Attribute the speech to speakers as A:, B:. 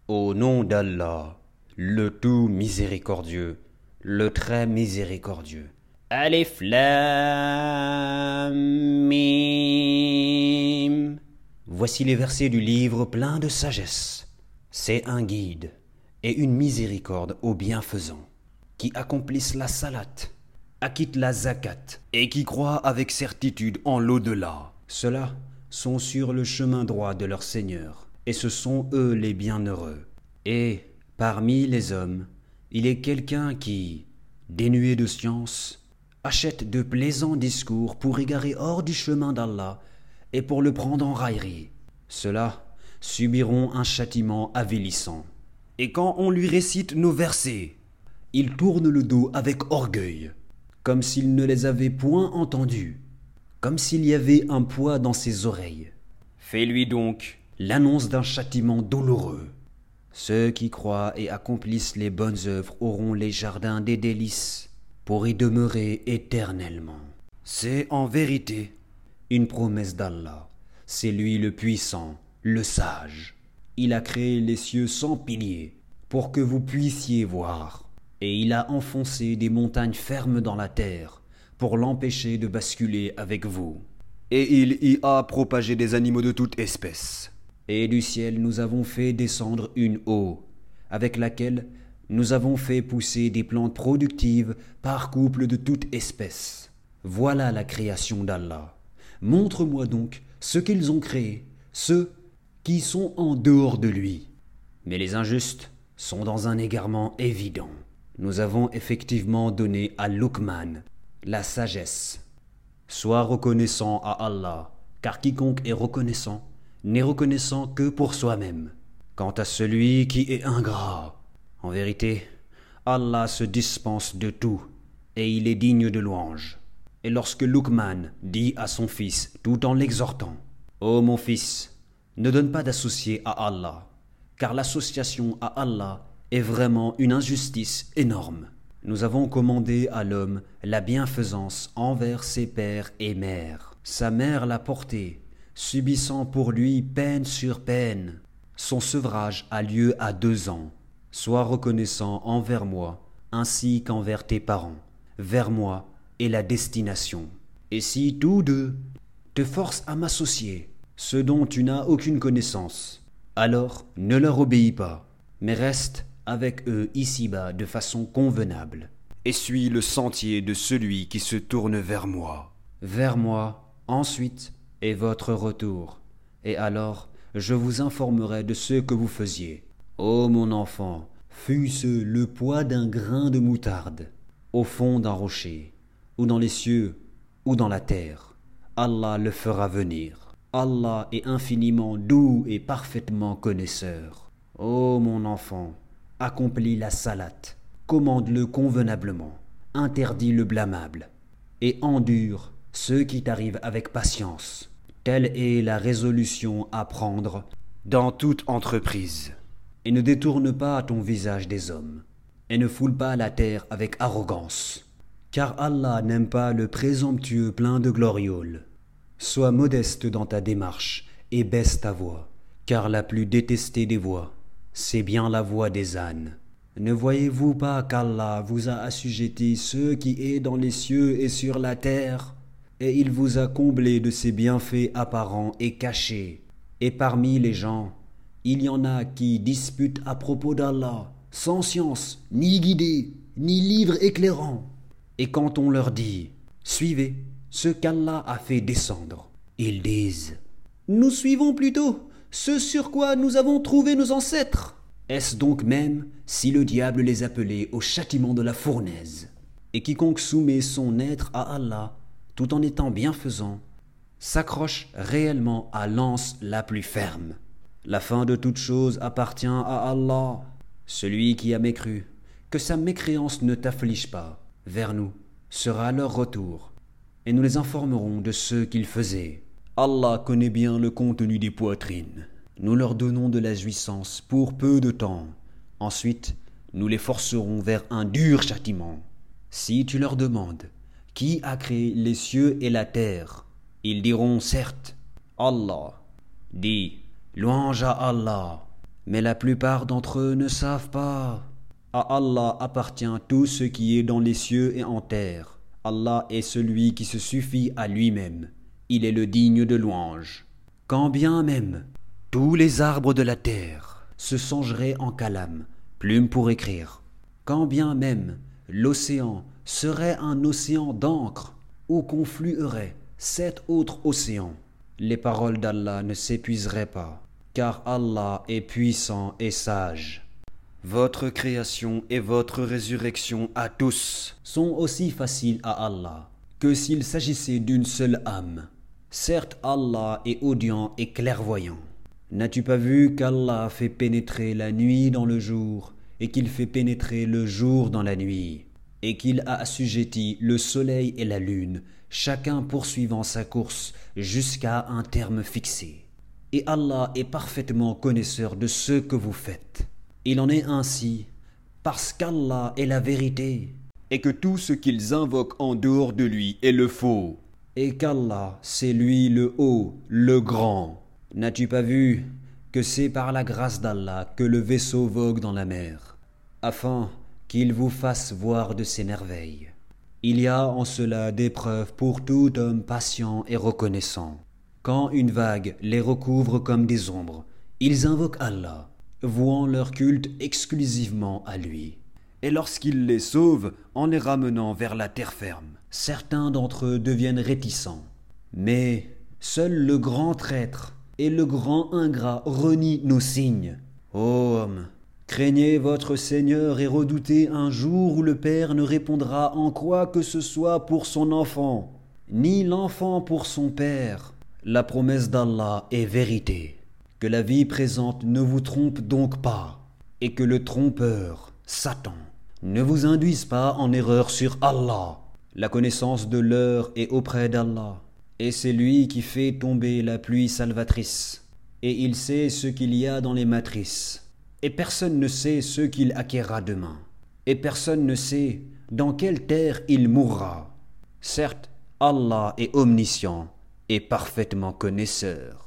A: Au nom d'Allah, le tout miséricordieux, le très miséricordieux. Alif Lam Mim. Voici les versets du livre plein de sagesse. C'est un guide et une miséricorde aux bienfaisants, qui accomplissent la salat, acquittent la zakat et qui croient avec certitude en l'au-delà. Ceux-là sont sur le chemin droit de leur Seigneur, et ce sont eux les bienheureux. Et, parmi les hommes, il est quelqu'un qui, dénué de science, achète de plaisants discours pour égarer hors du chemin d'Allah et pour le prendre en raillerie. Ceux-là subiront un châtiment avilissant. Et quand on lui récite nos versets, il tourne le dos avec orgueil, comme s'il ne les avait point entendus, comme s'il y avait un poids dans ses oreilles. Fais-lui donc l'annonce d'un châtiment douloureux. Ceux qui croient et accomplissent les bonnes œuvres auront les jardins des délices pour y demeurer éternellement. C'est en vérité une promesse d'Allah. C'est lui le puissant, le sage. Il a créé les cieux sans piliers pour que vous puissiez voir. Et il a enfoncé des montagnes fermes dans la terre pour l'empêcher de basculer avec vous. Et il y a propagé des animaux de toute espèce. Et du ciel nous avons fait descendre une eau, avec laquelle nous avons fait pousser des plantes productives par couple de toute espèce. Voilà la création d'Allah. Montre-moi donc ce qu'ils ont créé, ceux qui sont en dehors de lui. Mais les injustes sont dans un égarement évident. Nous avons effectivement donné à Luqman la sagesse. Sois reconnaissant à Allah, car quiconque est reconnaissant n'est reconnaissant que pour soi-même. Quant à celui qui est ingrat, en vérité, Allah se dispense de tout, et il est digne de louange. Et lorsque Luqman dit à son fils, tout en l'exhortant, « Ô mon fils, ne donne pas d'associé à Allah, car l'association à Allah est vraiment une injustice énorme. Nous avons commandé à l'homme la bienfaisance envers ses pères et mères. Sa mère l'a porté, subissant pour lui peine sur peine. Son sevrage a lieu à 2 ans. Sois reconnaissant envers moi, ainsi qu'envers tes parents. Vers moi est la destination. Et si tous deux te forcent à m'associer, ce dont tu n'as aucune connaissance, alors ne leur obéis pas, mais reste avec eux ici-bas de façon convenable. Et suis le sentier de celui qui se tourne vers moi. Vers moi, ensuite, est votre retour, et alors je vous informerai de ce que vous faisiez. Ô mon enfant, fût-ce le poids d'un grain de moutarde, au fond d'un rocher, ou dans les cieux, ou dans la terre, Allah le fera venir. Allah est infiniment doux et parfaitement connaisseur. Ô mon enfant, accomplis la salat, commande-le convenablement, interdis le blâmable, et endure ce qui t'arrive avec patience. Telle est la résolution à prendre dans toute entreprise. Et ne détourne pas ton visage des hommes, et ne foule pas la terre avec arrogance, car Allah n'aime pas le présomptueux plein de glorioles. Sois modeste dans ta démarche et baisse ta voix, car la plus détestée des voix, c'est bien la voix des ânes. Ne voyez-vous pas qu'Allah vous a assujetti ce qui est dans les cieux et sur la terre, et il vous a comblé de ses bienfaits apparents et cachés. Et parmi les gens, il y en a qui disputent à propos d'Allah, sans science, ni guidée, ni livre éclairant. Et quand on leur dit « Suivez ce qu'Allah a fait descendre », ils disent « Nous suivons plutôt ce sur quoi nous avons trouvé nos ancêtres. » Est-ce donc même si le diable les appelait au châtiment de la fournaise? Et quiconque soumet son être à Allah, tout en étant bienfaisant, s'accroche réellement à l'anse la plus ferme. La fin de toute chose appartient à Allah. Celui qui a mécru, que sa mécréance ne t'afflige pas. Vers nous sera leur retour, et nous les informerons de ce qu'ils faisaient. Allah connaît bien le contenu des poitrines. Nous leur donnons de la jouissance pour peu de temps. Ensuite, nous les forcerons vers un dur châtiment. Si tu leur demandes qui a créé les cieux et la terre, ils diront certes Allah. Dis, louange à Allah, mais la plupart d'entre eux ne savent pas. À Allah appartient tout ce qui est dans les cieux et en terre. Allah est celui qui se suffit à lui-même. Il est le digne de louange. Quand bien même tous les arbres de la terre se changeraient en calame, plume pour écrire, quand bien même l'océan serait un océan d'encre où conflueraient 7 autres océans, les paroles d'Allah ne s'épuiseraient pas, car Allah est puissant et sage. Votre création et votre résurrection à tous sont aussi faciles à Allah que s'il s'agissait d'une seule âme. Certes, Allah est audient et clairvoyant. N'as-tu pas vu qu'Allah fait pénétrer la nuit dans le jour et qu'il fait pénétrer le jour dans la nuit et qu'il a assujetti le soleil et la lune, chacun poursuivant sa course jusqu'à un terme fixé. Et Allah est parfaitement connaisseur de ce que vous faites. Il en est ainsi parce qu'Allah est la vérité et que tout ce qu'ils invoquent en dehors de lui est le faux et qu'Allah c'est lui le haut, le grand. N'as-tu pas vu que c'est par la grâce d'Allah que le vaisseau vogue dans la mer afin qu'il vous fasse voir de ses merveilles? Il y a en cela des preuves pour tout homme patient et reconnaissant. Quand une vague les recouvre comme des ombres, ils invoquent Allah, vouant leur culte exclusivement à lui. Et lorsqu'il les sauve en les ramenant vers la terre ferme, certains d'entre eux deviennent réticents. Mais seul le grand traître et le grand ingrat renient nos signes. Ô homme, craignez votre Seigneur et redoutez un jour où le père ne répondra en quoi que ce soit pour son enfant, ni l'enfant pour son père. La promesse d'Allah est vérité. Que la vie présente ne vous trompe donc pas, et que le trompeur, Satan, ne vous induise pas en erreur sur Allah. La connaissance de l'heure est auprès d'Allah, et c'est lui qui fait tomber la pluie salvatrice, et il sait ce qu'il y a dans les matrices, et personne ne sait ce qu'il acquérera demain, et personne ne sait dans quelle terre il mourra. Certes, Allah est omniscient et parfaitement connaisseur.